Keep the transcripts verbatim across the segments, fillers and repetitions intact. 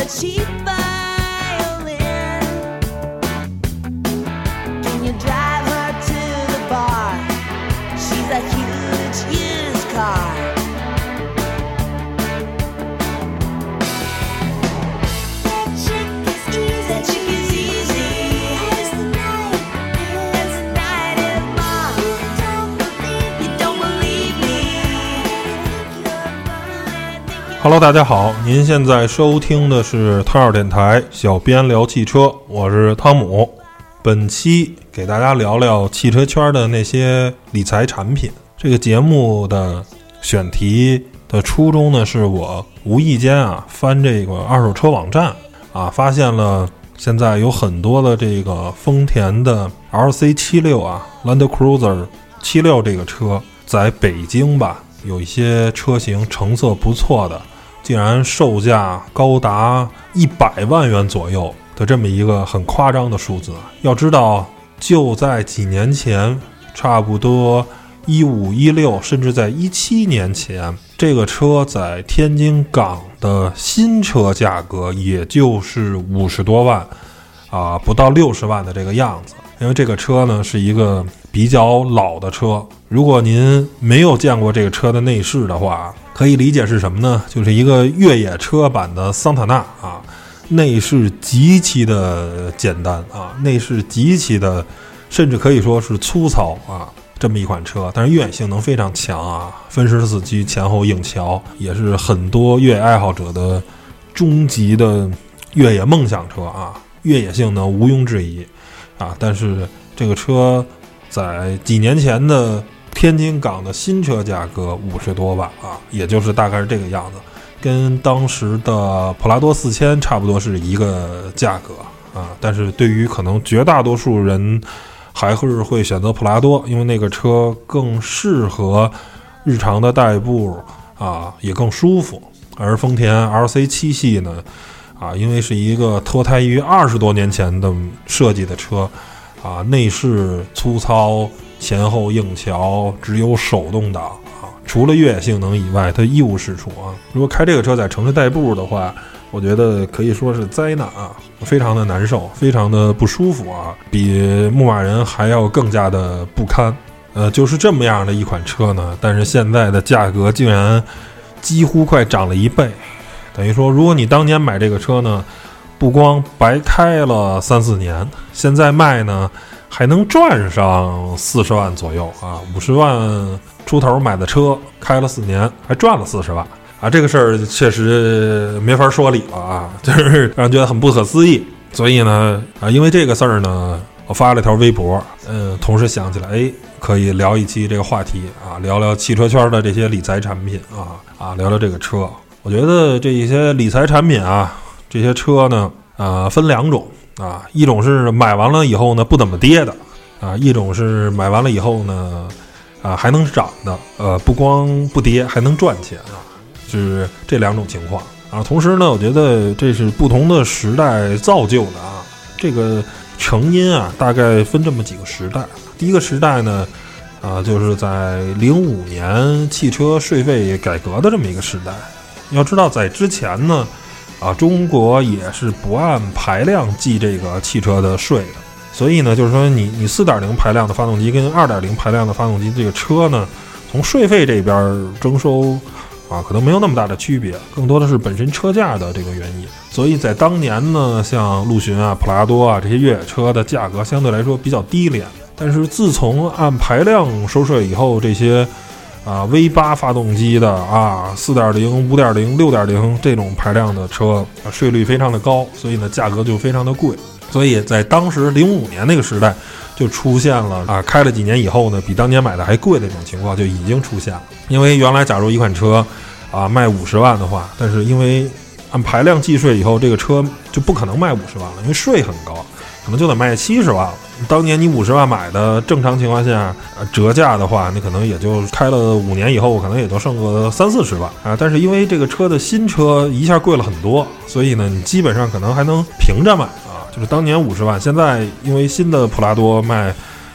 cheap violin. Can you drive her to the bar? She's a huge used car. That chick is easy. That chick is easy. As the night is, as the night is long. You don't believe me. You don't believe me. Think you're fun. Hello， 大家好，您现在收听的是汤二电台小编聊汽车，我是汤姆。本期给大家聊聊汽车圈的那些理财产品。这个节目的选题的初衷呢，是我无意间啊翻这个二手车网站啊，发现了现在有很多的这个丰田的 L C 七十六 啊 Land Cruiser 七十六这个车在北京吧，有一些车型成色不错的，竟然售价高达一百万元左右的这么一个很夸张的数字。要知道就在几年前，差不多一五一六甚至在一七年前，这个车在天津港的新车价格也就是五十多万啊，不到六十万的这个样子。因为这个车呢是一个比较老的车，如果您没有见过这个车的内饰的话，可以理解是什么呢？就是一个越野车版的桑塔纳啊，内饰极其的简单啊，内饰极其的，甚至可以说是粗糙啊，这么一款车，但是越野性能非常强啊，分时四驱前后硬桥，也是很多越野爱好者的终极的越野梦想车啊，越野性能无庸置疑啊。但是这个车在几年前的天津港的新车价格五十多万啊，也就是大概是这个样子，跟当时的普拉多四千差不多是一个价格啊。但是对于可能绝大多数人还是会选择普拉多，因为那个车更适合日常的代步啊，也更舒服。而丰田 L C 七系呢啊，因为是一个脱胎于二十多年前的设计的车啊，内饰粗糙，前后硬桥，只有手动挡啊，除了越野性能以外，它一无是处啊。如果开这个车在城市代步的话，我觉得可以说是灾难啊，非常的难受，非常的不舒服啊，比牧马人还要更加的不堪。呃，就是这么样的一款车呢，但是现在的价格竟然几乎快涨了一倍，等于说，如果你当年买这个车呢，不光白开了三四年，现在卖呢还能赚上四十万左右啊，五十万出头买的车，开了四年还赚了四十万啊！这个事儿确实没法说理了啊，就是让人觉得很不可思议。所以呢，啊，因为这个事儿呢，我发了条微博，嗯，同时想起来，哎，可以聊一期这个话题啊，聊聊汽车圈的这些理财产品啊，啊，聊聊这个车。我觉得这一些理财产品啊，这些车呢，啊，分两种。啊，一种是买完了以后呢不怎么跌的啊，一种是买完了以后呢啊还能涨的，呃不光不跌还能赚钱啊，是这两种情况啊。同时呢，我觉得这是不同的时代造就的啊。这个成因啊，大概分这么几个时代。第一个时代呢，啊就是在零五年汽车税费改革的这么一个时代。要知道在之前呢。啊，中国也是不按排量计这个汽车的税的，所以呢，就是说你你 四点零 排量的发动机跟 二点零 排量的发动机这个车呢，从税费这边征收啊，可能没有那么大的区别，更多的是本身车价的这个原因。所以在当年呢，像陆巡啊、普拉多啊这些越野车的价格相对来说比较低廉，但是自从按排量收税以后，这些啊 V 八 发动机的啊 四点零、五点零、六点零 这种排量的车啊，税率非常的高，所以呢价格就非常的贵。所以在当时零五年那个时代就出现了啊，开了几年以后呢比当年买的还贵的这种情况就已经出现了。因为原来假如一款车啊卖五十万的话，但是因为按排量计税以后，这个车就不可能卖五十万了，因为税很高，可能就得卖七十万了。当年你五十万买的，正常情况下，呃，折价的话，你可能也就开了五年以后，可能也就剩个三四十万啊。但是因为这个车的新车一下贵了很多，所以呢，你基本上可能还能平着买啊。就是当年五十万，现在因为新的普拉多卖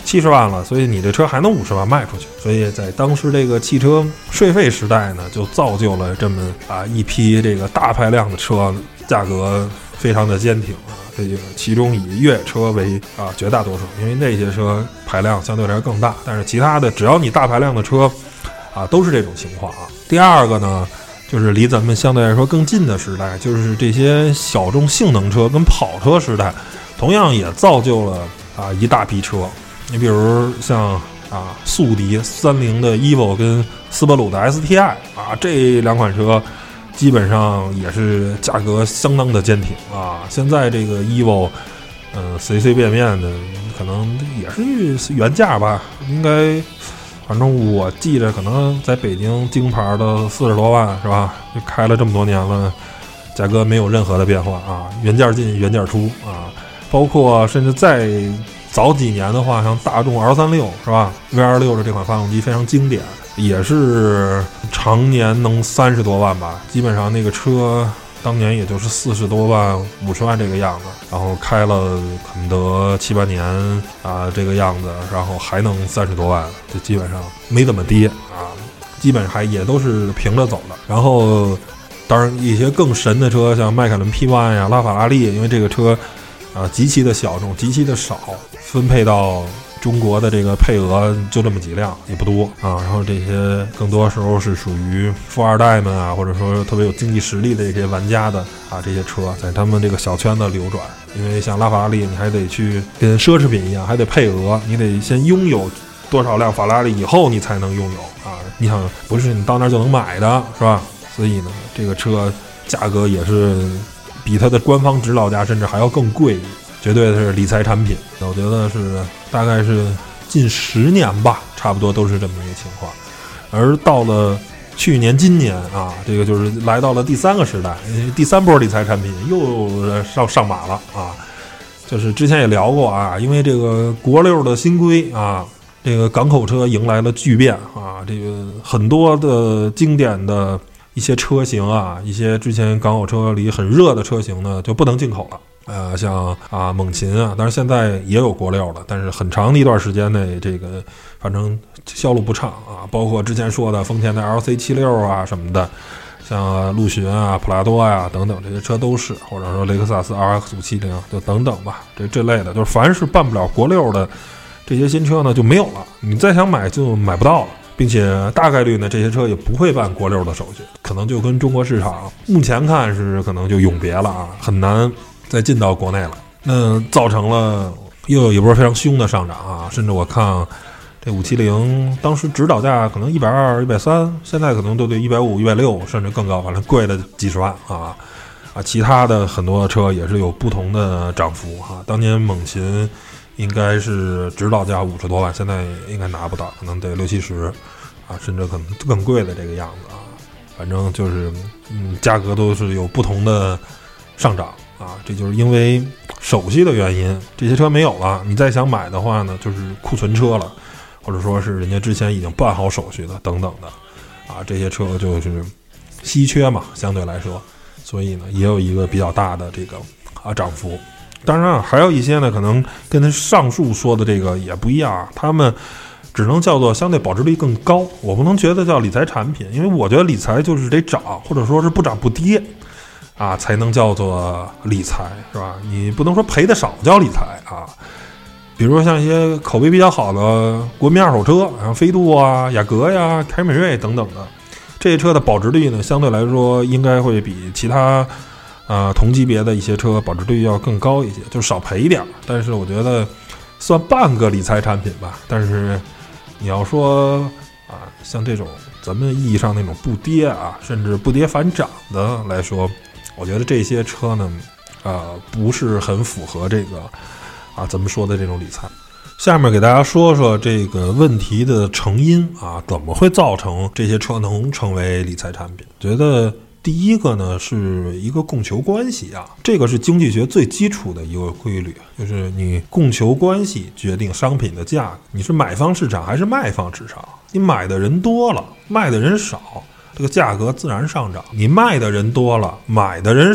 七十万了，所以你这车还能五十万卖出去。所以在当时这个汽车税费时代呢，就造就了这么啊一批这个大排量的车，价格非常的坚挺啊。这个其中以越野车为啊绝大多数，因为那些车排量相对来说更大，但是其他的只要你大排量的车啊都是这种情况啊。第二个呢，就是离咱们相对来说更近的时代，就是这些小众性能车跟跑车时代，同样也造就了啊一大批车。你比如像啊速迪、三菱的 Evo 跟斯巴鲁的 S T I 啊，这两款车基本上也是价格相当的坚挺啊。现在这个 Evo 嗯随随便便的可能也是原价吧，应该反正我记着可能在北京京牌的四十多万是吧，就开了这么多年了，价格没有任何的变化啊，原价进原价出啊。包括甚至再早几年的话，像大众 R 三十六 是吧 ，V 二十六的这款发动机非常经典，也是常年能三十多万吧，基本上那个车当年也就是四十多万、五十万这个样子，然后开了肯得七八年啊，这个样子，然后还能三十多万，就基本上没怎么跌啊，基本上还也都是平着走的。然后，当然一些更神的车，像迈凯伦 P 一 呀、拉法拉利，因为这个车啊极其的小众，极其的少，分配到中国的这个配额就这么几辆，也不多啊。然后这些更多时候是属于富二代们啊，或者说特别有经济实力的这些玩家的啊，这些车在他们这个小圈子流转。因为像拉法拉利，你还得去跟奢侈品一样，还得配额，你得先拥有多少辆法拉利以后你才能拥有啊。你想不是你到那儿就能买的，是吧？所以呢，这个车价格也是比它的官方指导价甚至还要更贵，绝对是理财产品。我觉得是大概是近十年吧，差不多都是这么一个情况。而到了去年今年啊，这个就是来到了第三个时代，第三波理财产品又上上马了啊。就是之前也聊过啊，因为这个国六的新规啊，这个港口车迎来了巨变啊，这个很多的经典的一些车型啊，一些之前港口车里很热的车型呢，就不能进口了。呃，像啊猛禽啊，当然现在也有国六了，但是很长的一段时间内，这个反正销路不畅啊。包括之前说的丰田的 L C 七十六 啊什么的，像陆巡啊、普拉多啊等等这些车都是，或者说雷克萨斯 R X 五七零就等等吧，这这类的，就是凡是办不了国六的这些新车呢就没有了，你再想买就买不到了。并且大概率呢，这些车也不会办国六的手续，可能就跟中国市场目前看是可能就永别了啊，很难再进到国内了。那造成了又有一波非常凶的上涨啊，甚至我看这五七零当时指导价可能一百二、一百三，现在可能都得一百五、一百六，甚至更高，反正贵了几十万啊啊！其他的很多车也是有不同的涨幅哈、啊。当年猛禽应该是指导价五十多万，现在应该拿不到，可能得六七十啊，甚至可能更贵的这个样子啊。反正就是嗯，价格都是有不同的上涨啊，这就是因为手续的原因，这些车没有了，你再想买的话呢，就是库存车了，或者说是人家之前已经办好手续的等等的啊，这些车就是稀缺嘛，相对来说，所以呢也有一个比较大的这个啊涨幅。当然还有一些呢，可能跟他上述说的这个也不一样，他们只能叫做相对保值率更高，我不能觉得叫理财产品，因为我觉得理财就是得涨，或者说是不涨不跌啊，才能叫做理财，是吧？你不能说赔的少叫理财啊。比如说像一些口碑比较好的国民二手车，像飞度啊、雅阁呀、凯美瑞等等的，这些车的保值率呢，相对来说应该会比其他呃同级别的一些车保值率要更高一些，就少赔一点。但是我觉得算半个理财产品吧。但是你要说啊，像这种咱们意义上那种不跌啊，甚至不跌反涨的来说，我觉得这些车呢，呃，不是很符合这个啊咱们说的这种理财。下面给大家说说这个问题的成因啊，怎么会造成这些车能成为理财产品？觉得第一个呢是一个供求关系啊，这个是经济学最基础的一个规律，就是你供求关系决定商品的价格，你是买方市场还是卖方市场，你买的人多了，卖的人少，这个价格自然上涨，你卖的人多了，买的人少，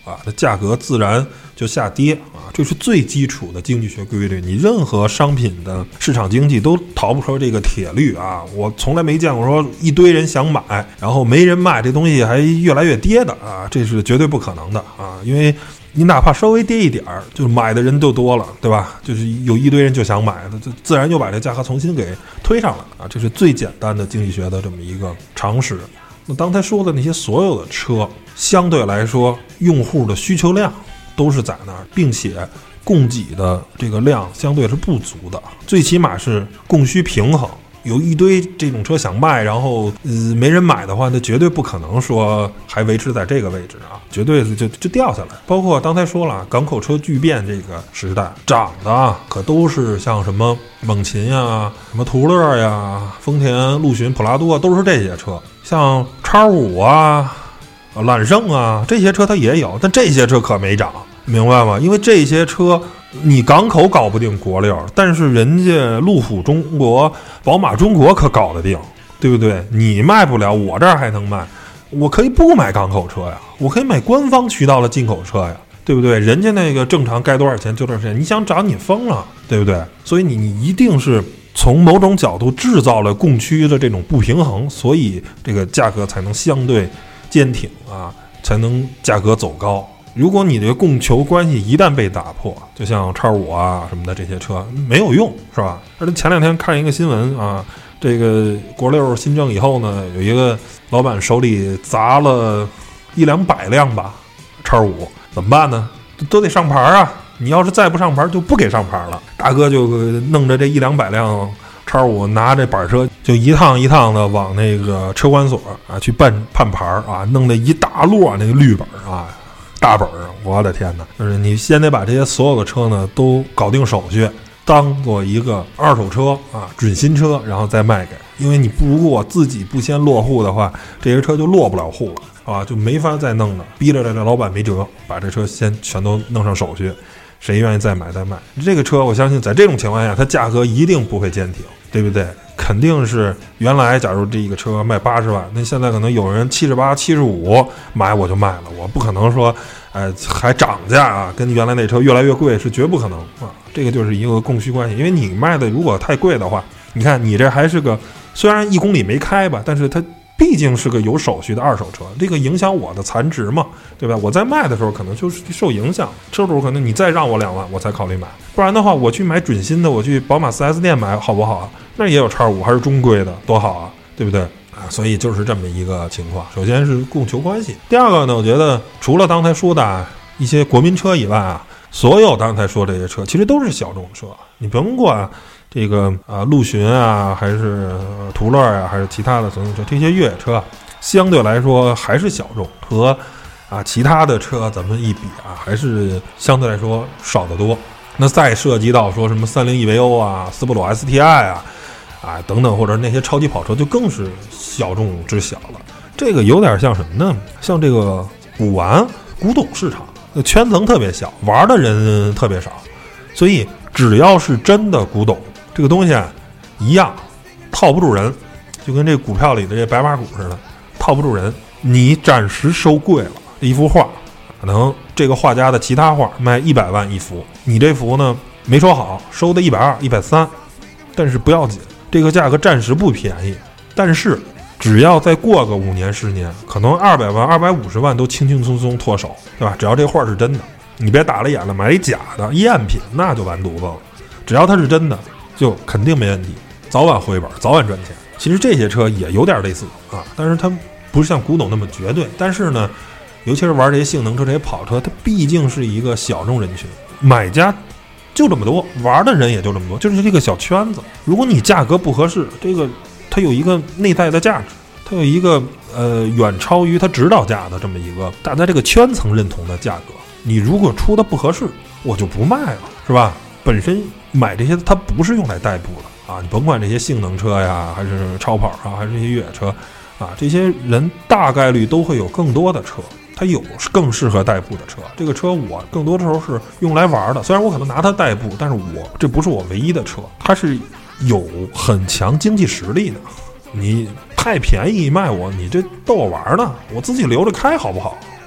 啊，它价格自然就下跌啊，这是最基础的经济学规律。你任何商品的市场经济都逃不出这个铁律啊！我从来没见过说一堆人想买，然后没人卖，这东西还越来越跌的啊，这是绝对不可能的啊！因为你哪怕稍微跌一点儿，就买的人就多了，对吧？就是有一堆人就想买，就自然就把这价格重新给推上来啊！这是最简单的经济学的这么一个常识。那刚才说的那些所有的车，相对来说用户的需求量都是在那儿，并且供给的这个量相对是不足的，最起码是供需平衡。有一堆这种车想卖，然后呃没人买的话，那绝对不可能说还维持在这个位置啊，绝对是就就掉下来。包括刚才说了，港口车巨变这个时代涨的啊，可都是像什么猛禽呀、什么途乐呀、丰田陆巡、普拉多，都是这些车。像叉五啊、揽胜啊这些车它也有，但这些车可没涨，明白吗？因为这些车你港口搞不定国六，但是人家路虎中国、宝马中国可搞得定，对不对？你卖不了，我这儿还能卖，我可以不买港口车呀，我可以买官方渠道的进口车呀，对不对？人家那个正常该多少钱就多少钱，你想涨你疯了，对不对？所以你你一定是从某种角度制造了供需的这种不平衡，所以这个价格才能相对坚挺啊，才能价格走高。如果你这个供求关系一旦被打破，就像叉五啊什么的这些车没有用，是吧？而且前两天看一个新闻啊，这个国六新政以后呢，有一个老板手里砸了一两百辆吧叉五，怎么办呢？都得上牌啊！你要是再不上牌，就不给上牌了。大哥就弄着这一两百辆叉五，拿着板车就一趟一趟的往那个车管所啊去办判牌啊，弄了一大摞那个绿本啊。大本儿，我的天哪！就是你先得把这些所有的车呢都搞定手续，当做一个二手车啊，准新车，然后再卖给。因为你不如果自己不先落户的话，这些车就落不了户了啊，就没法再弄了，逼着这老板没辙，把这车先全都弄上手续，谁愿意再买再卖。这个车我相信在这种情况下，它价格一定不会坚挺，对不对？肯定是原来假如这一个车卖八十万，那现在可能有人七十八、七十五买我就卖了，我不可能说，呃，还涨价啊，跟原来那车越来越贵是绝不可能啊。这个就是一个供需关系，因为你卖的如果太贵的话，你看你这还是个虽然一公里没开吧，但是它毕竟是个有手续的二手车，这个影响我的残值嘛，对吧？我在卖的时候可能就是受影响，车主可能你再让我两万，我才考虑买，不然的话我去买准新的，我去宝马 四 S 店买好不好啊？那也有叉五，还是中规的，多好啊，对不对啊？所以就是这么一个情况。首先是供求关系，第二个呢，我觉得除了刚才说的一些国民车以外啊，所有刚才说这些车其实都是小众车，你甭管这个啊陆巡啊，还是途乐啊，还是其他的所有车，这些越野车相对来说还是小众，和啊其他的车咱们一比啊，还是相对来说少得多。那再涉及到说什么三菱 E V O 啊、斯巴鲁 S T I 啊。啊，等等，或者那些超级跑车就更是小众之小了。这个有点像什么呢？像这个古玩、古董市场，圈层特别小，玩的人特别少，所以只要是真的古董，这个东西啊，一样套不住人，就跟这股票里的这白马股似的，套不住人。你暂时收贵了一幅画，可能这个画家的其他画卖一百万一幅，你这幅呢没收好，收的一百二、一百三，但是不要紧。这个价格暂时不便宜，但是只要再过个五年十年，可能二百万、二百五十万都轻轻松松脱手，对吧？只要这画是真的，你别打了眼了，买一假的赝品，那就完犊子了。只要它是真的，就肯定没问题，早晚回本，早晚赚钱。其实这些车也有点类似啊，但是它不是像古董那么绝对。但是呢，尤其是玩这些性能车、这些跑车，它毕竟是一个小众人群，买家就这么多，玩的人也就这么多，就是这个小圈子。如果你价格不合适，这个它有一个内在的价值，它有一个呃远超于它指导价的这么一个大家这个圈层认同的价格。你如果出的不合适，我就不卖了，是吧？本身买这些它不是用来代步的啊，你甭管这些性能车呀，还是超跑啊，还是这些越野车啊，这些人大概率都会有更多的车。它有更适合代步的车，这个车我更多的时候是用来玩的。虽然我可能拿它代步，但是我这不是我唯一的车，它是有很强经济实力的。你太便宜卖我，你这逗我玩呢？我自己留着开好不好？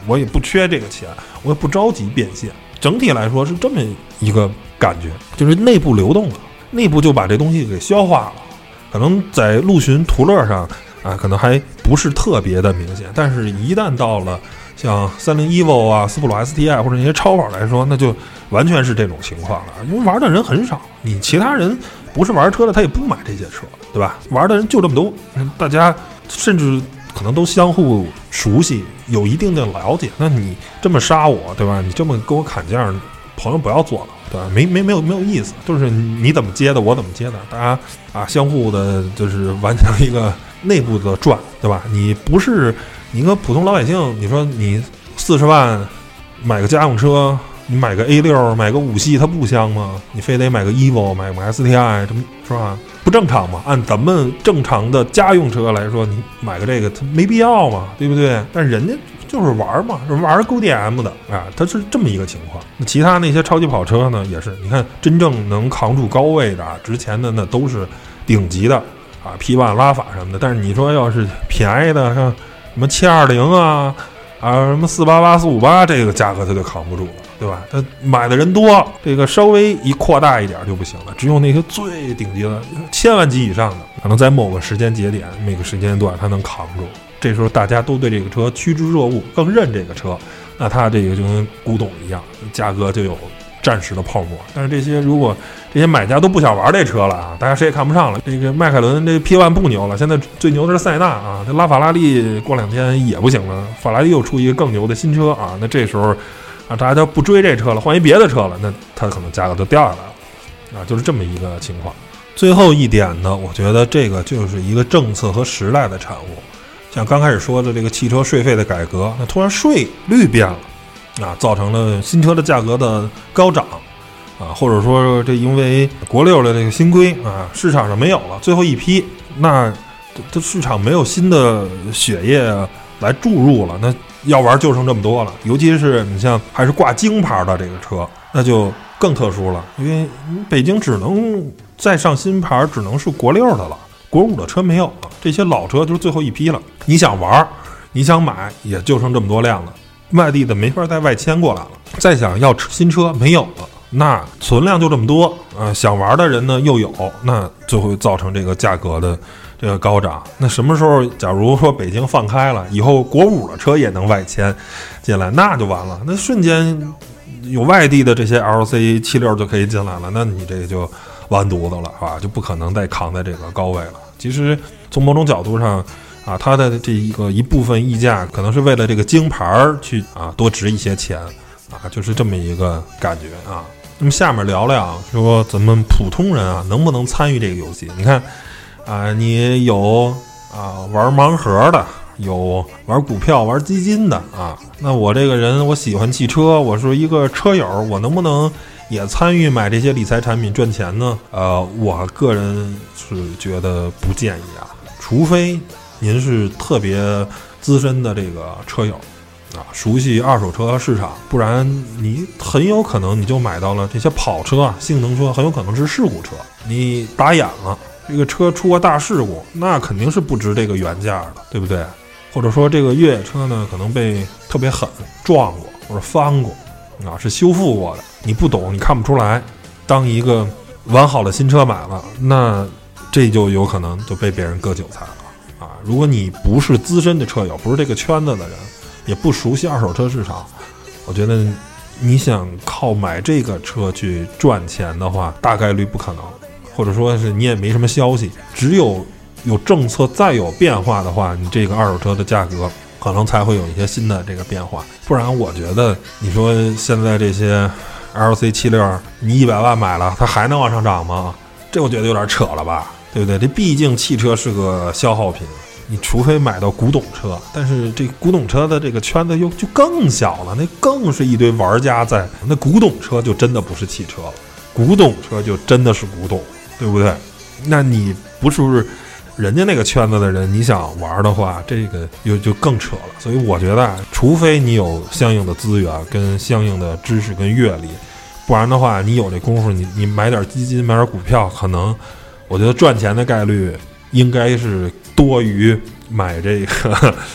我也不缺这个钱，我也不着急变现。整体来说是这么一个感觉，就是内部流动了，内部就把这东西给消化了。可能在陆巡途乐上啊，可能还不是特别的明显，但是一旦到了像三菱 E V O 啊、斯普鲁 S T I 或者那些超跑来说，那就完全是这种情况了。因为玩的人很少，你其他人不是玩车的，他也不买这些车，对吧？玩的人就这么多，大家甚至可能都相互熟悉，有一定的了解。那你这么杀我，对吧？你这么跟我砍价，朋友不要做了，对吧？没没没有没有意思，就是你怎么接的，我怎么接的，大家啊相互的，就是完成一个内部的转，对吧？你不是你一个普通老百姓，你说你四十万买个家用车，你买个 A 六，买个五系，它不香吗？你非得买个 E V O， 买个 S T I， 这么是吧？不正常吗？按咱们正常的家用车来说，你买个这个，它没必要嘛，对不对？但是人家就是玩嘛，玩 G D M 的啊，它是这么一个情况。那其他那些超级跑车呢，也是，你看真正能扛住高位的、值钱的，那都是顶级的啊 ，P 一 拉法什么的。但是你说要是便宜的，像什么七二零啊啊，什么四八八、四五八，这个价格它就扛不住了，对吧？它买的人多，这个稍微一扩大一点就不行了。只有那些最顶级的千万级以上的，可能在某个时间节点、每个时间段它能扛住。这时候大家都对这个车趋之若鹜，更认这个车，那它这个就跟古董一样，价格就有暂时的泡沫。但是这些如果这些买家都不想玩这车了啊，大家谁也看不上了。这个迈凯伦这 P 一 不牛了，现在最牛的是塞纳啊，这拉法拉利过两天也不行了，法拉利又出一个更牛的新车啊，那这时候啊大家就不追这车了，换一别的车了，那它可能价格就掉下来了啊，就是这么一个情况。最后一点呢，我觉得这个就是一个政策和时代的产物。像刚开始说的这个汽车税费的改革，那突然税率变了啊，造成了新车的价格的高涨啊，或者说这因为国六的这个新规啊，市场上没有了最后一批，那这市场没有新的血液来注入了，那要玩就剩这么多了。尤其是你像还是挂京牌的这个车，那就更特殊了，因为北京只能再上新牌，只能是国六的了。国五的车没有了，这些老车就是最后一批了。你想玩，你想买，也就剩这么多辆了。外地的没法再外迁过来了。再想要新车没有了，那存量就这么多啊、呃，想玩的人呢又有，那就会造成这个价格的这个高涨。那什么时候，假如说北京放开了，以后国五的车也能外迁进来，那就完了。那瞬间有外地的这些 L C 七六就可以进来了，那你这个就完犊子了，是吧？就不可能再扛在这个高位了。其实从某种角度上啊，它的这一个一部分溢价可能是为了这个京牌去啊多值一些钱啊，就是这么一个感觉啊。那么下面聊聊说咱们普通人啊能不能参与这个游戏？你看啊，你有啊玩盲盒的，有玩股票、玩基金的啊。那我这个人我喜欢汽车，我是一个车友，我能不能也参与买这些理财产品赚钱呢？呃，我个人是觉得不建议啊，除非您是特别资深的这个车友啊，熟悉二手车市场，不然你很有可能你就买到了这些跑车啊，性能车很有可能是事故车，你打眼了，这个车出过大事故，那肯定是不值这个原价的，对不对？或者说这个越野车呢，可能被特别狠撞过或者翻过啊，是修复过的，你不懂，你看不出来。当一个完好的新车买了，那这就有可能就被别人割韭菜了啊！如果你不是资深的车友，不是这个圈子的人，也不熟悉二手车市场，我觉得你想靠买这个车去赚钱的话，大概率不可能，或者说是你也没什么消息。只有有政策再有变化的话，你这个二手车的价格可能才会有一些新的这个变化。不然我觉得你说现在这些 L C 七六你一百万买了，它还能往上涨吗？这我觉得有点扯了吧，对不对？这毕竟汽车是个消耗品，你除非买到古董车，但是这古董车的这个圈子又就更小了，那更是一堆玩家在。那古董车就真的不是汽车了，古董车就真的是古董，对不对？那你不是人家那个圈子的人，你想玩的话，这个又就更扯了。所以我觉得，除非你有相应的资源跟相应的知识跟阅历，不然的话，你有这功夫，你你买点基金，买点股票，可能我觉得赚钱的概率应该是多于买这个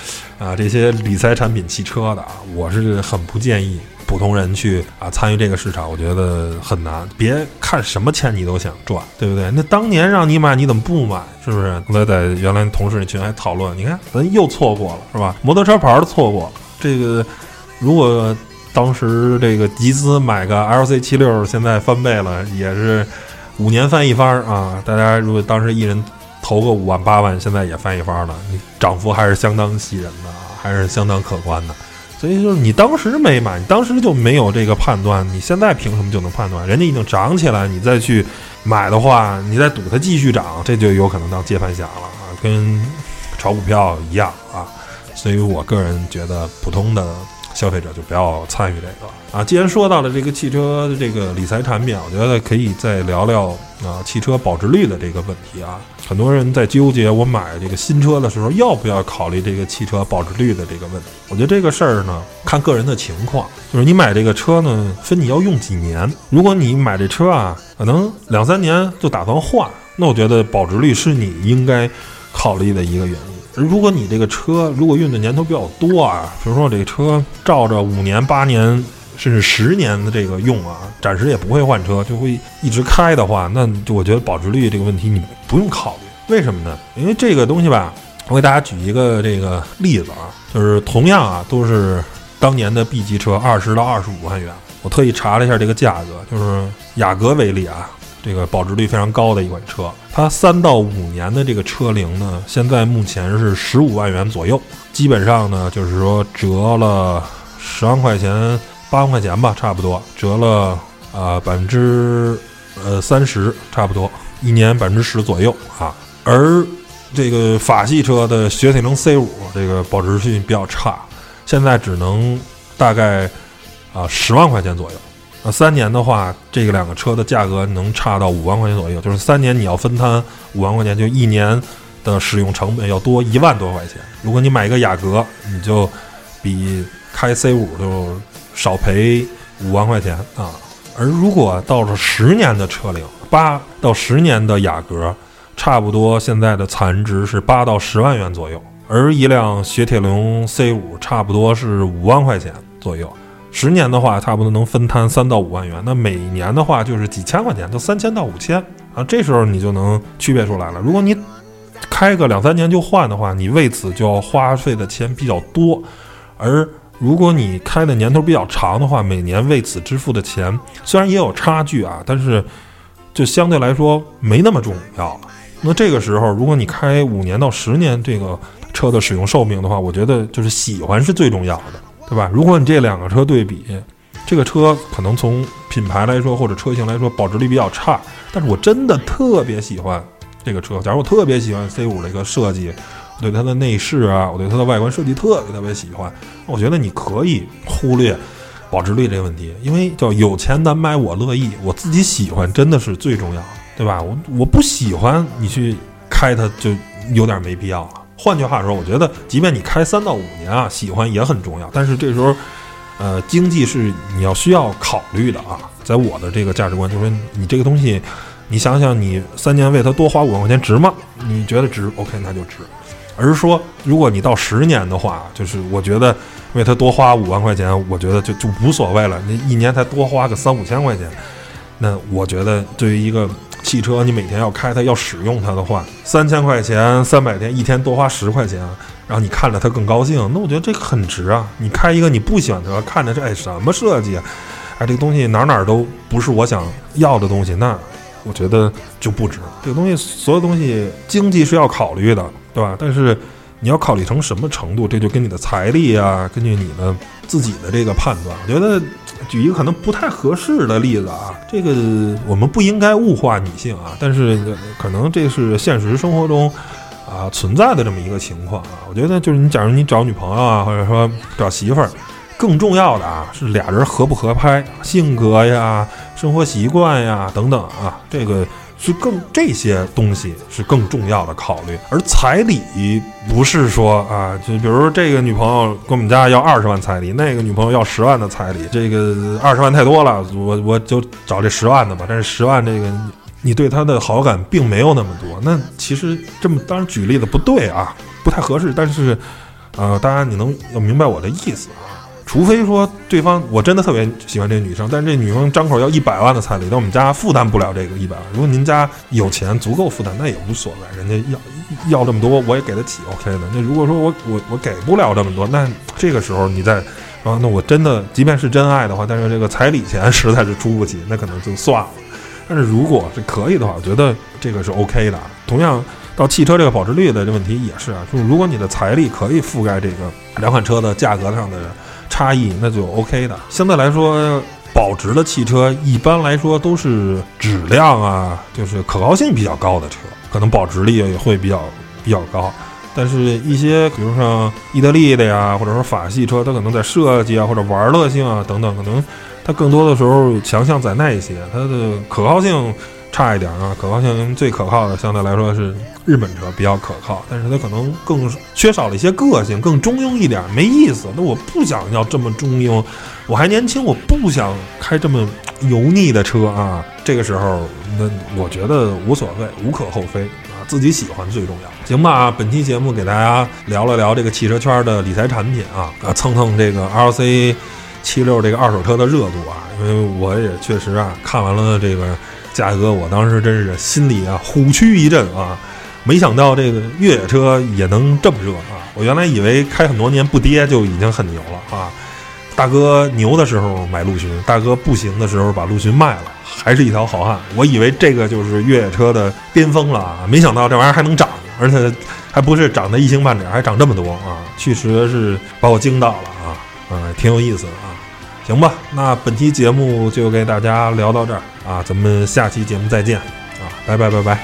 啊这些理财产品汽车的啊，我是很不建议普通人去啊参与这个市场，我觉得很难。别看什么钱你都想赚，对不对？那当年让你买你怎么不买？是不是？刚才在原来同事那群还讨论，你看咱又错过了，是吧？摩托车牌都错过了。这个如果当时这个集资买个 L C 七六，现在翻倍了，也是五年翻一番啊！大家如果当时一人投个五万八万，现在也翻一番了，你涨幅还是相当吸人的，还是相当可观的。所以就是你当时没买，你当时就没有这个判断，你现在凭什么就能判断？人家已经涨起来，你再去买的话，你再赌它继续涨，这就有可能当接盘侠了啊，跟炒股票一样啊。所以我个人觉得，普通的消费者就不要参与这个啊。既然说到了这个汽车的这个理财产品，我觉得可以再聊聊啊汽车保值率的这个问题啊。很多人在纠结，我买这个新车的时候要不要考虑这个汽车保值率的这个问题。我觉得这个事儿呢，看个人的情况，就是你买这个车呢，分你要用几年。如果你买这车啊，可能两三年就打算换，那我觉得保值率是你应该考虑的一个原因。如果你这个车如果用的年头比较多啊，比如说这个车照着五年、八年甚至十年的这个用啊，暂时也不会换车，就会一直开的话，那就我觉得保值率这个问题你不用考虑。为什么呢？因为这个东西吧，我给大家举一个这个例子啊，就是同样啊都是当年的 B 级车，二十到二十五万元，我特意查了一下这个价格，就是雅阁为例啊。这个保值率非常高的一款车，它三到五年的这个车龄呢，现在目前是十五万元左右，基本上呢就是说折了十万块钱、八万块钱吧，差不多折了呃百分之呃三十，差不多一年百分之十左右啊。而这个法系车的雪铁龙 C 五 这个保值率比较差，现在只能大概啊十万块钱左右。那三年的话，这个两个车的价格能差到五万块钱左右，就是三年你要分摊五万块钱，就一年的使用成本要多一万多块钱。如果你买一个雅阁，你就比开 C 五 就少赔五万块钱啊。而如果到了十年的车龄，八到十年的雅阁，差不多现在的残值是八到十万元左右，而一辆雪铁龙 C 五 差不多是五万块钱左右。十年的话，差不多能分摊三到五万元，那每年的话就是几千块钱，就三千到五千啊。这时候你就能区别出来了。如果你开个两三年就换的话，你为此就要花费的钱比较多，而如果你开的年头比较长的话，每年为此支付的钱虽然也有差距啊，但是就相对来说没那么重要了。那这个时候，如果你开五年到十年这个车的使用寿命的话，我觉得就是喜欢是最重要的。对吧？如果你这两个车对比，这个车可能从品牌来说或者车型来说保值率比较差，但是我真的特别喜欢这个车。假如我特别喜欢 C 五 这个设计，我对它的内饰啊，我对它的外观设计特别特别喜欢，我觉得你可以忽略保值率这个问题，因为叫有钱难买我乐意，我自己喜欢真的是最重要的，对吧？我我不喜欢你去开它就有点没必要了。换句话说，我觉得即便你开三到五年啊，喜欢也很重要。但是这时候，呃，经济是你要需要考虑的啊。在我的这个价值观，就是说你这个东西，你想想，你三年为它多花五万块钱值吗？你觉得值 ？OK， 那就值。而是说，如果你到十年的话，就是我觉得为它多花五万块钱，我觉得就就无所谓了。你一年才多花个三五千块钱，那我觉得对于一个汽车，你每天要开它要使用它的话，三千块钱三百天，一天多花十块钱，然后你看着它更高兴，那我觉得这个很值啊。你开一个你不喜欢它，看着这哎什么设计啊，哎这个东西哪哪都不是我想要的东西，那我觉得就不值。这个东西所有东西经济是要考虑的，对吧？但是你要考虑成什么程度，这就跟你的财力啊，根据你的自己的这个判断。我觉得举一个可能不太合适的例子啊，这个我们不应该物化女性啊，但是可能这是现实生活中啊存在的这么一个情况啊。我觉得就是你假如你找女朋友啊，或者说找媳妇儿，更重要的啊是俩人合不合拍，性格呀、生活习惯呀等等啊，这个是更这些东西是更重要的考虑。而彩礼不是说啊，就比如说这个女朋友跟我们家要二十万彩礼，那个女朋友要十万的彩礼，这个二十万太多了，我我就找这十万的吧。但是十万这个你对她的好感并没有那么多，那其实这么当然举例子不对啊，不太合适。但是呃，当然你能要明白我的意思啊。除非说对方我真的特别喜欢这女生，但是这女生张口要一百万的彩礼，但我们家负担不了这个一百万。如果您家有钱足够负担，那也无所谓，人家要要这么多我也给得起 ，OK 的。那如果说我我我给不了这么多，那这个时候你再啊，那我真的即便是真爱的话，但是这个彩礼钱实在是出不起，那可能就算了。但是如果是可以的话，我觉得这个是 OK 的。同样到汽车这个保值率的这问题也是啊，就是如果你的财力可以覆盖这个两款车的价格上的差异，那就 OK 的。相对来说，保值的汽车一般来说都是质量啊，就是可靠性比较高的车，可能保值率也会比较比较高。但是一些比如像意大利的呀，或者说法系车，它可能在设计啊或者玩乐性啊等等，可能它更多的时候强项在那一些，它的可靠性差一点啊。可靠性最可靠的相对来说是日本车比较可靠，但是它可能更缺少了一些个性，更中庸一点，没意思。那我不想要这么中庸，我还年轻，我不想开这么油腻的车啊。这个时候，那我觉得无所谓，无可厚非啊，自己喜欢最重要。行吧，本期节目给大家聊了聊这个汽车圈的理财产品啊，啊蹭蹭这个 R C 七六这个二手车的热度啊，因为我也确实啊看完了这个价格，我当时真是心里啊虎躯一震啊。没想到这个越野车也能这么热啊！我原来以为开很多年不跌就已经很牛了啊。大哥牛的时候买陆巡，大哥不行的时候把陆巡卖了，还是一条好汉。我以为这个就是越野车的巅峰了啊，没想到这玩意儿还能涨，而且还不是涨得一星半点，还涨这么多啊！确实是把我惊到了啊，啊，挺有意思的啊。行吧，那本期节目就给大家聊到这儿啊，咱们下期节目再见啊，拜拜拜拜。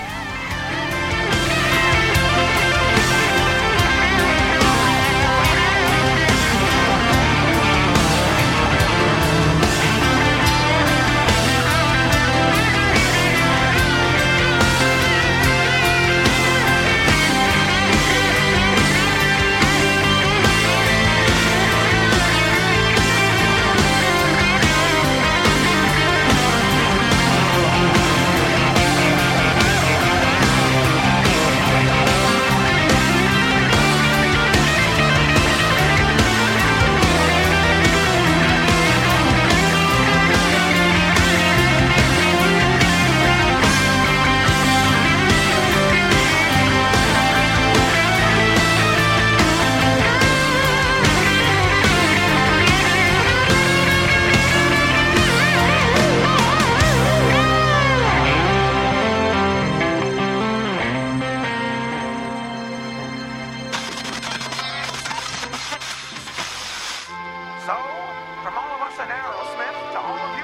So, from all of us at Aerosmith to all of you